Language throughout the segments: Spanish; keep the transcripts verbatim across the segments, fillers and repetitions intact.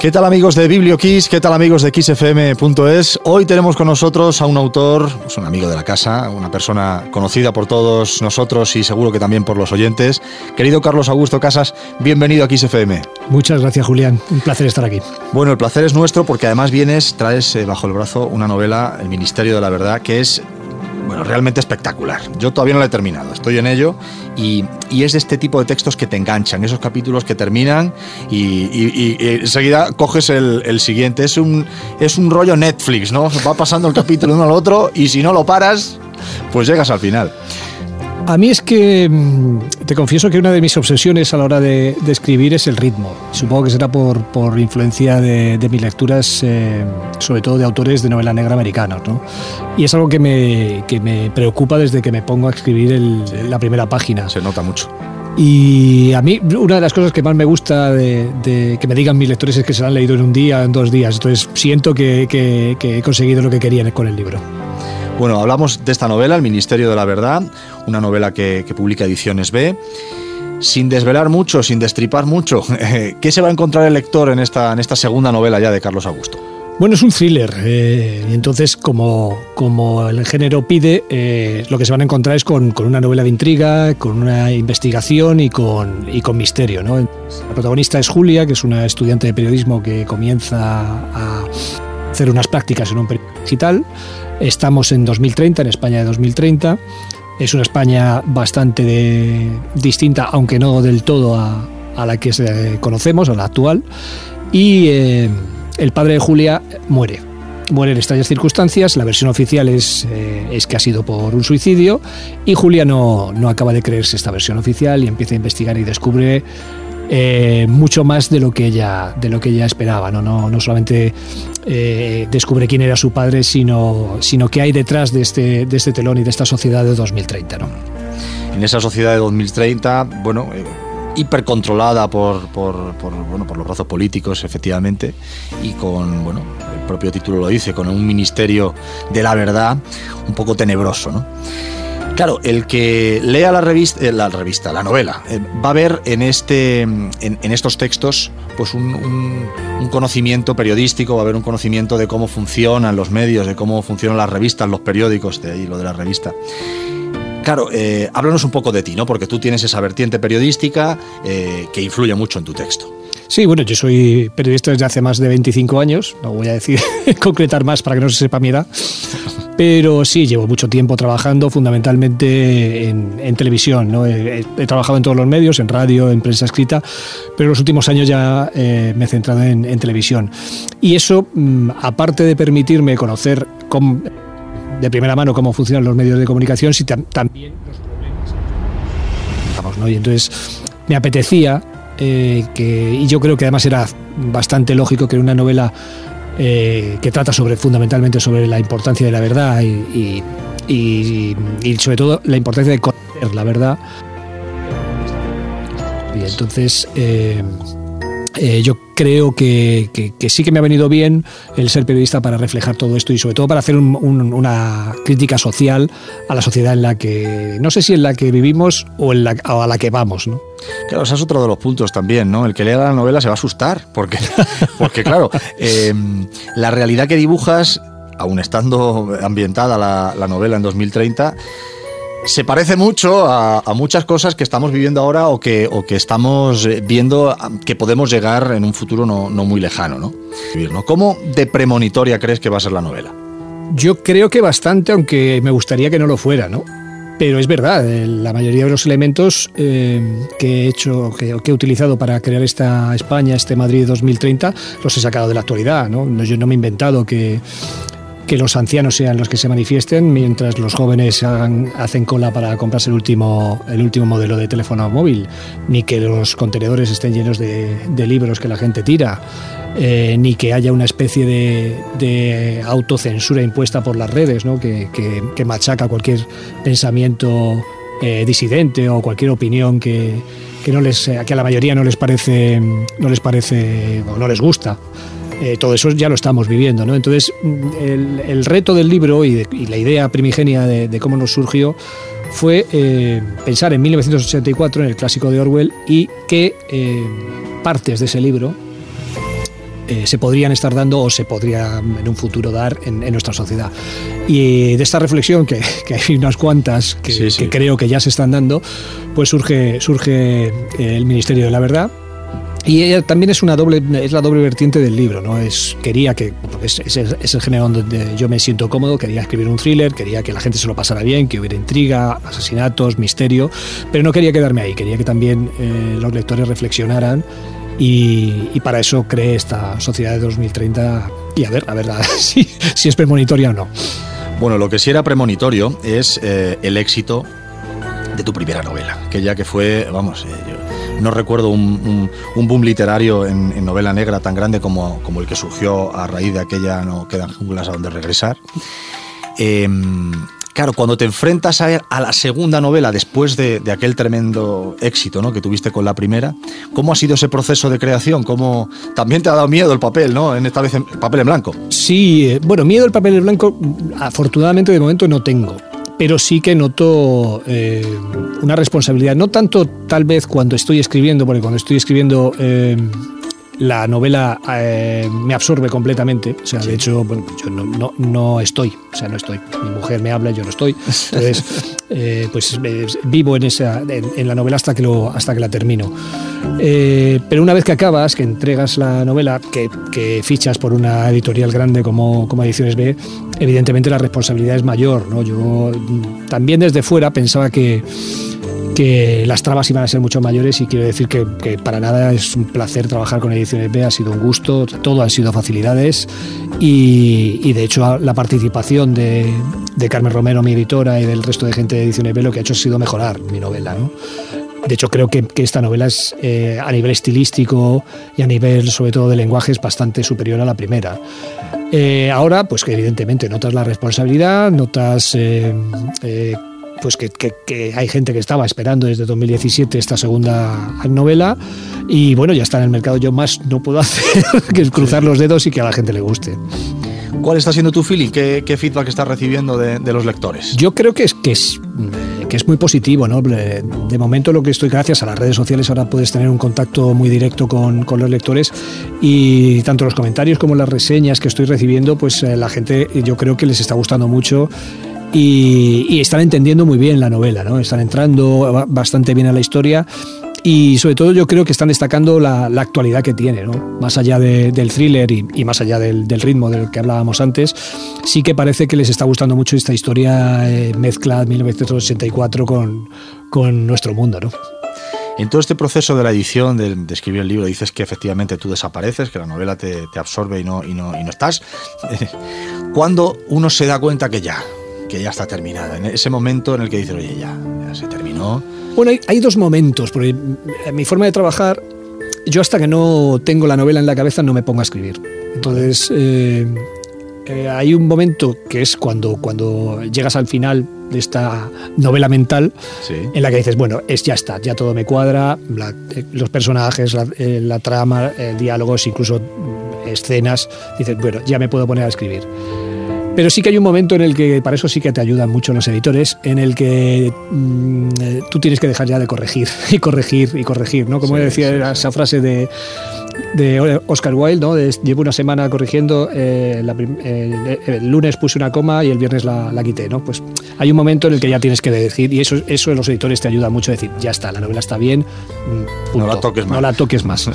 ¿Qué tal, amigos de BiblioKiss? ¿Qué tal, amigos de kiss f m punto es? Hoy tenemos con nosotros a un autor, es un amigo de la casa, una persona conocida por todos nosotros y seguro que también por los oyentes. Querido Carlos Augusto Casas, bienvenido a Kiss F M. Muchas gracias, Julián. Un placer estar aquí. Bueno, el placer es nuestro porque además vienes, traes eh, bajo el brazo una novela, El Ministerio de la Verdad, que es... bueno, realmente espectacular. Yo todavía no la he terminado, estoy en ello y, y es de este tipo de textos que te enganchan, esos capítulos que terminan y, y, y enseguida coges el, el siguiente. Es un, es un rollo Netflix, ¿no? Va pasando el capítulo de uno al otro y si no lo paras, pues llegas al final. A mí es que te confieso que una de mis obsesiones a la hora de, de escribir es el ritmo. Supongo que será por, por influencia de, de mis lecturas, eh, sobre todo de autores de novela negra americanos, ¿no? Y es algo que me, que me preocupa desde que me pongo a escribir el, Sí. la primera página. Se nota mucho. Y a mí una de las cosas que más me gusta de, de que me digan mis lectores es que se lo han leído en un día, en dos días. Entonces siento que, que, que he conseguido lo que quería con el libro. Bueno, hablamos de esta novela, El Ministerio de la Verdad, una novela que, que publica Ediciones B. Sin desvelar mucho, sin destripar mucho, ¿qué se va a encontrar el lector en esta, en esta segunda novela ya de Carlos Augusto? Bueno, es un thriller, eh, y entonces como, como el género pide, eh, lo que se van a encontrar es con, con una novela de intriga, con una investigación y con, y con misterio, ¿no? La protagonista es Julia, que es una estudiante de periodismo que comienza a hacer unas prácticas en un periódico digital. Estamos en dos mil treinta, en España de dos mil treinta. Es una España bastante de, distinta, aunque no del todo a, a la que se, conocemos, a la actual. Y eh, el padre de Julia muere. Muere en extrañas circunstancias. La versión oficial es, eh, es que ha sido por un suicidio. Y Julia no, no acaba de creerse esta versión oficial y empieza a investigar y descubre Eh, mucho más de lo que ella de lo que ella esperaba, no no, no solamente eh, descubre quién era su padre, sino sino qué hay detrás de este de este telón y de esta sociedad de dos mil treinta, ¿no? En esa sociedad de dos mil treinta, bueno, eh, hipercontrolada por, por, por, bueno, por los brazos políticos, efectivamente, y con, bueno, el propio título lo dice, con un ministerio de la verdad un poco tenebroso, ¿no? Claro, el que lea la revista, la revista, la novela, eh, va a ver en este, en, en estos textos, pues un, un, un conocimiento periodístico, va a haber un conocimiento de cómo funcionan los medios, de cómo funcionan las revistas, los periódicos, de ahí lo de la revista. Claro, eh, háblanos un poco de ti, ¿no? Porque tú tienes esa vertiente periodística eh, que influye mucho en tu texto. Sí, bueno, yo soy periodista desde hace más de veinticinco años, no voy a decir concretar más para que no se sepa mi edad, pero sí, llevo mucho tiempo trabajando fundamentalmente en, en televisión, ¿no? He, he trabajado en todos los medios, en radio, en prensa escrita, pero en los últimos años ya eh, me he centrado en, en televisión. Y eso, mmm, aparte de permitirme conocer cómo, de primera mano cómo funcionan los medios de comunicación, sí, tam, también los problemas, ¿no? Y entonces me apetecía Eh, que, y yo creo que además era bastante lógico que era una novela eh, que trata sobre fundamentalmente sobre la importancia de la verdad y, y, y, y sobre todo la importancia de conocer la verdad. Y entonces eh, eh, yo creo que, que, que sí que me ha venido bien el ser periodista para reflejar todo esto y sobre todo para hacer un, un, una crítica social a la sociedad en la que, no sé si en la que vivimos o, en la, o a la que vamos, ¿no? Claro, ese es otro de los puntos también, ¿no? El que lea la novela se va a asustar, porque, porque claro, eh, la realidad que dibujas, aun estando ambientada la, la novela en dos mil treinta, se parece mucho a, a muchas cosas que estamos viviendo ahora o que, o que estamos viendo que podemos llegar en un futuro no, no muy lejano, ¿no? ¿Cómo de premonitoria crees que va a ser la novela? Yo creo que bastante, aunque me gustaría que no lo fuera, ¿no? Pero es verdad, la mayoría de los elementos eh, que he hecho, que, que he utilizado para crear esta España, este Madrid dos mil treinta, los he sacado de la actualidad, ¿no? Yo no me he inventado que, que los ancianos sean los que se manifiesten mientras los jóvenes hagan, hacen cola para comprarse el último, el último modelo de teléfono móvil, ni que los contenedores estén llenos de, de libros que la gente tira. Eh, ni que haya una especie de, de autocensura impuesta por las redes, ¿no? que, que, que machaca cualquier pensamiento eh, disidente o cualquier opinión que, que, no les, que a la mayoría no les parece, no les parece o no les gusta. Eh, todo eso ya lo estamos viviendo, ¿no? Entonces, el, el reto del libro y, de, y la idea primigenia de, de cómo nos surgió fue eh, pensar en mil novecientos ochenta y cuatro, en el clásico de Orwell, y que eh, partes de ese libro eh, se podrían estar dando o se podría en un futuro dar en, en nuestra sociedad. Y de esta reflexión, que, que hay unas cuantas que, sí, sí. que creo que ya se están dando, pues surge, surge el Ministerio de la Verdad. Y ella también es una doble, es la doble vertiente del libro, ¿no? Es, quería que, porque es, es, es el género donde yo me siento cómodo, quería escribir un thriller, quería que la gente se lo pasara bien, que hubiera intriga, asesinatos, misterio, pero no quería quedarme ahí, quería que también eh, los lectores reflexionaran y, y para eso creé esta Sociedad de dos mil treinta y a ver, a ver si, si es premonitoria o no. Bueno, lo que sí era premonitorio es eh, el éxito de tu primera novela, que ya que fue, vamos, eh, yo no recuerdo un, un, un boom literario en, en novela negra tan grande como, como el que surgió a raíz de aquella No quedan junglas a donde regresar. Eh, claro, cuando te enfrentas a, a la segunda novela después de, de aquel tremendo éxito, ¿no?, que tuviste con la primera, ¿cómo ha sido ese proceso de creación? ¿Cómo también te ha dado miedo el papel, ¿no? En esta vez en papel en blanco. Sí, bueno, miedo al papel en blanco, afortunadamente de momento no tengo. Pero sí que noto eh, una responsabilidad, no tanto tal vez cuando estoy escribiendo, porque cuando estoy escribiendo eh, la novela eh, me absorbe completamente, o sea, sí. de hecho, bueno, yo no, no, no estoy, o sea, no estoy, mi mujer me habla y yo no estoy, entonces, eh, pues eh, vivo en, esa, en, en la novela hasta que, lo, hasta que la termino. Eh, pero una vez que acabas, que entregas la novela, que, que fichas por una editorial grande como, como Ediciones B, evidentemente la responsabilidad es mayor, ¿no? Yo también desde fuera pensaba que, que las trabas iban a ser mucho mayores y quiero decir que, que para nada es un placer trabajar con Ediciones B, ha sido un gusto, todo han sido facilidades y, y de hecho la participación de, de Carmen Romero, mi editora, y del resto de gente de Ediciones B lo que ha hecho ha sido mejorar mi novela, ¿no? De hecho, creo que, que esta novela es, eh, a nivel estilístico y a nivel, sobre todo, de lenguaje, es bastante superior a la primera. Eh, ahora, pues que evidentemente notas la responsabilidad, notas eh, eh, pues que, que, que hay gente que estaba esperando desde dos mil diecisiete esta segunda novela y bueno, ya está en el mercado. Yo más no puedo hacer que es cruzar los dedos y que a la gente le guste. ¿Cuál está siendo tu feeling? ¿Qué, qué feedback estás recibiendo de, de los lectores? Yo creo que es, que es que es muy positivo, ¿no? De momento lo que estoy, gracias a las redes sociales, ahora puedes tener un contacto muy directo con, con los lectores y tanto los comentarios como las reseñas que estoy recibiendo, pues eh, la gente yo creo que les está gustando mucho y, y están entendiendo muy bien la novela, ¿no? Están entrando bastante bien a la historia. Y sobre todo yo creo que están destacando la, la actualidad que tiene, ¿no? Más allá de, del thriller y, y más allá del, del ritmo del que hablábamos antes, sí que parece que les está gustando mucho esta historia eh, mezcla mil novecientos ochenta y cuatro con, con nuestro mundo, ¿no? En todo este proceso de la edición, de, de escribir el libro, dices que efectivamente tú desapareces, que la novela te, te absorbe y no, y, no, y no estás. ¿Cuándo uno se da cuenta que ya, que ya está terminada? En ese momento en el que dices, oye, ya, ya se terminó. Bueno, hay, hay dos momentos, porque en mi forma de trabajar, yo hasta que no tengo la novela en la cabeza no me pongo a escribir. Entonces, eh, eh, hay un momento que es cuando, cuando llegas al final de esta novela mental, sí, en la que dices, bueno, es ya está, ya todo me cuadra, la, eh, los personajes, la, eh, la trama, eh, diálogos, incluso escenas, dices, bueno, ya me puedo poner a escribir. Pero sí que hay un momento en el que, para eso sí que te ayudan mucho los editores, en el que mmm, tú tienes que dejar ya de corregir y corregir y corregir, ¿no? Como sí, decía sí, esa sí. frase de, de Oscar Wilde, ¿no? De, llevo una semana corrigiendo, eh, la, eh, el lunes puse una coma y el viernes la, la quité, ¿no? Pues hay un momento en el que ya tienes que decir, y eso, eso en los editores te ayuda mucho a decir, ya está, la novela está bien, punto, no la toques más. No la toques más.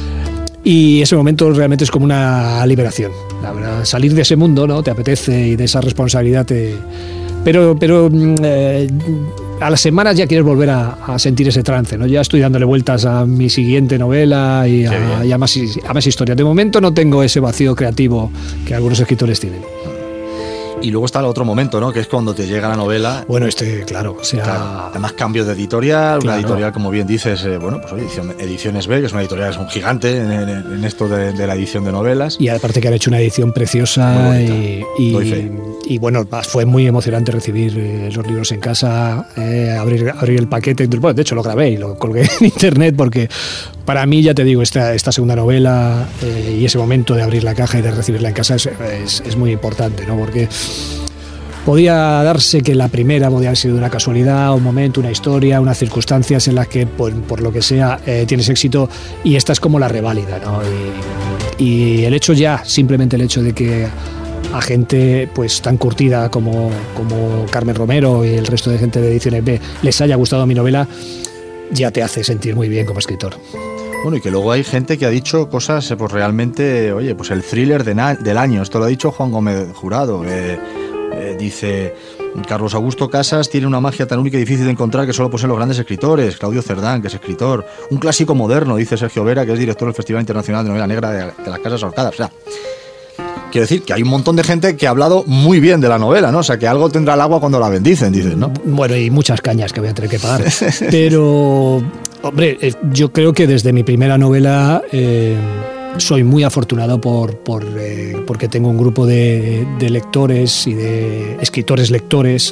Y ese momento realmente es como una liberación. La verdad, salir de ese mundo, ¿no? Te apetece y de esa responsabilidad te... Pero, pero eh, a las semanas ya quieres volver a, a sentir ese trance, ¿no? Ya estoy dándole vueltas a mi siguiente novela y a, y a, más, a más historias. De momento no tengo ese vacío creativo que algunos escritores tienen. Y luego está el otro momento, ¿no? Que es cuando te llega la novela. Bueno, este, claro, o sea... Claro, además cambios de editorial, claro. Una editorial, como bien dices, eh, bueno, pues edición, Ediciones B, que es una editorial, es un gigante en, en, en esto de, de la edición de novelas. Y aparte que han hecho una edición preciosa y, y, y bueno, fue muy emocionante recibir eh, los libros en casa, eh, abrir, abrir el paquete. Bueno, de hecho lo grabé y lo colgué en internet porque para mí, ya te digo, esta, esta segunda novela eh, y ese momento de abrir la caja y de recibirla en casa es, es, es muy importante, ¿no? Porque podía darse que la primera podía haber sido una casualidad, un momento, una historia, unas circunstancias en las que, por, por lo que sea, eh, tienes éxito y esta es como la reválida, ¿no? y el hecho ya, simplemente el hecho de que a gente pues tan curtida como, como Carmen Romero y el resto de gente de Ediciones B les haya gustado mi novela, ya te hace sentir muy bien como escritor. Bueno, y que luego hay gente que ha dicho cosas, pues realmente, oye, pues el thriller de na- del año, esto lo ha dicho Juan Gómez Jurado, eh, eh, dice... Carlos Augusto Casas tiene una magia tan única y difícil de encontrar que solo poseen los grandes escritores. Claudio Cerdán, que es escritor. Un clásico moderno, dice Sergio Vera, que es director del Festival Internacional de Novela Negra de, de las Casas Ahorcadas. O sea, quiero decir que hay un montón de gente que ha hablado muy bien de la novela, ¿no? O sea, que algo tendrá el agua cuando la bendicen, dicen, ¿no? Bueno, y muchas cañas que voy a tener que pagar. Pero, hombre, yo creo que desde mi primera novela... Eh, soy muy afortunado por, por, eh, porque tengo un grupo de, de lectores y de escritores lectores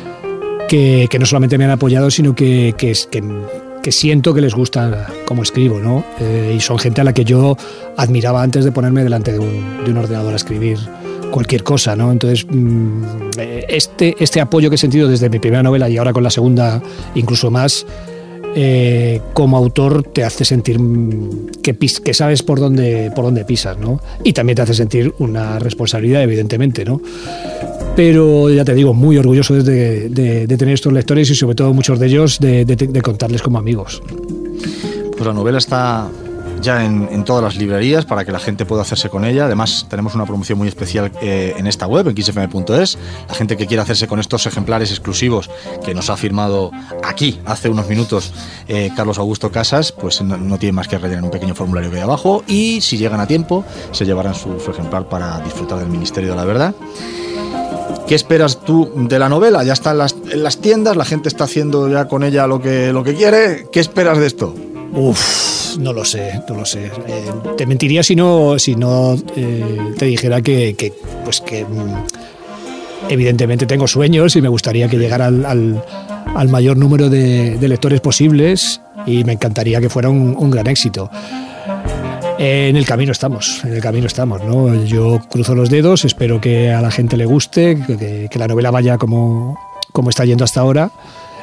que, que no solamente me han apoyado, sino que, que, que, que siento que les gusta cómo escribo, ¿no? Eh, y son gente a la que yo admiraba antes de ponerme delante de un, de un ordenador a escribir cualquier cosa, ¿no? Entonces, este, este apoyo que he sentido desde mi primera novela y ahora con la segunda incluso más, Eh, como autor te hace sentir que, pis, que sabes por dónde, por dónde pisas, ¿no? Y también te hace sentir una responsabilidad, evidentemente, ¿no? Pero ya te digo, muy orgulloso de, de, de tener estos lectores y sobre todo muchos de ellos de, de, de contarles como amigos. Pues la novela está ya en, en todas las librerías para que la gente pueda hacerse con ella. Además, tenemos una promoción muy especial eh, en esta web, en kiss f m punto es. La gente que quiera hacerse con estos ejemplares exclusivos que nos ha firmado aquí hace unos minutos eh, Carlos Augusto Casas, pues no, no tiene más que rellenar un pequeño formulario que hay abajo y si llegan a tiempo se llevarán su, su ejemplar para disfrutar del Ministerio de la Verdad. ¿Qué esperas tú de la novela? Ya está en las, en las tiendas, la gente está haciendo ya con ella lo que, lo que quiere. ¿Qué esperas de esto? Uf, no lo sé, no lo sé. Eh, te mentiría si no, si no eh, te dijera que, que, pues que evidentemente tengo sueños y me gustaría que llegara al, al, al mayor número de, de lectores posibles y me encantaría que fuera un, un gran éxito. En el camino estamos, en el camino estamos, ¿no? Yo cruzo los dedos, espero que a la gente le guste, que, que la novela vaya como, como está yendo hasta ahora.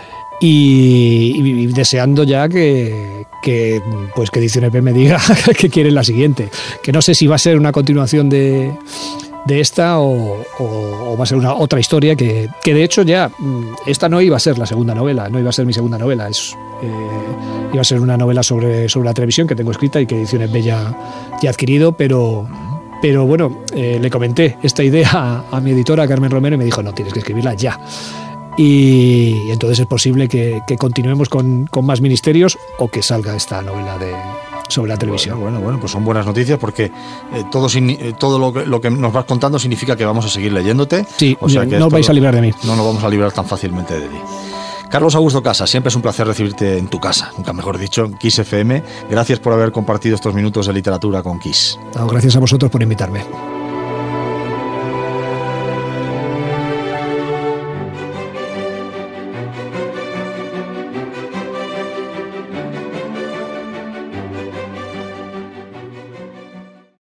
Y, y, y deseando ya que, que, pues que Ediciones B me diga que quiere la siguiente. Que no sé si va a ser una continuación de, de esta o, o, o va a ser una otra historia que, que de hecho ya esta no iba a ser la segunda novela, no iba a ser mi segunda novela, es, eh, iba a ser una novela sobre, sobre la televisión que tengo escrita y que Ediciones B ya, ya ha adquirido, pero... Pero bueno, eh, le comenté esta idea a, a mi editora Carmen Romero y me dijo, no, tienes que escribirla ya. Y entonces es posible que, que continuemos con, con más ministerios o que salga esta novela de, sobre la televisión. Bueno, bueno, bueno, pues son buenas noticias porque eh, todo, eh, todo lo, que, lo que nos vas contando significa que vamos a seguir leyéndote. Sí, o sea que no os vais a librar de mí. No nos vamos a librar tan fácilmente de ti. Carlos Augusto Casas, siempre es un placer recibirte en tu casa, nunca mejor dicho, en Kiss F M. Gracias por haber compartido estos minutos de literatura con Kiss. No, gracias a vosotros por invitarme.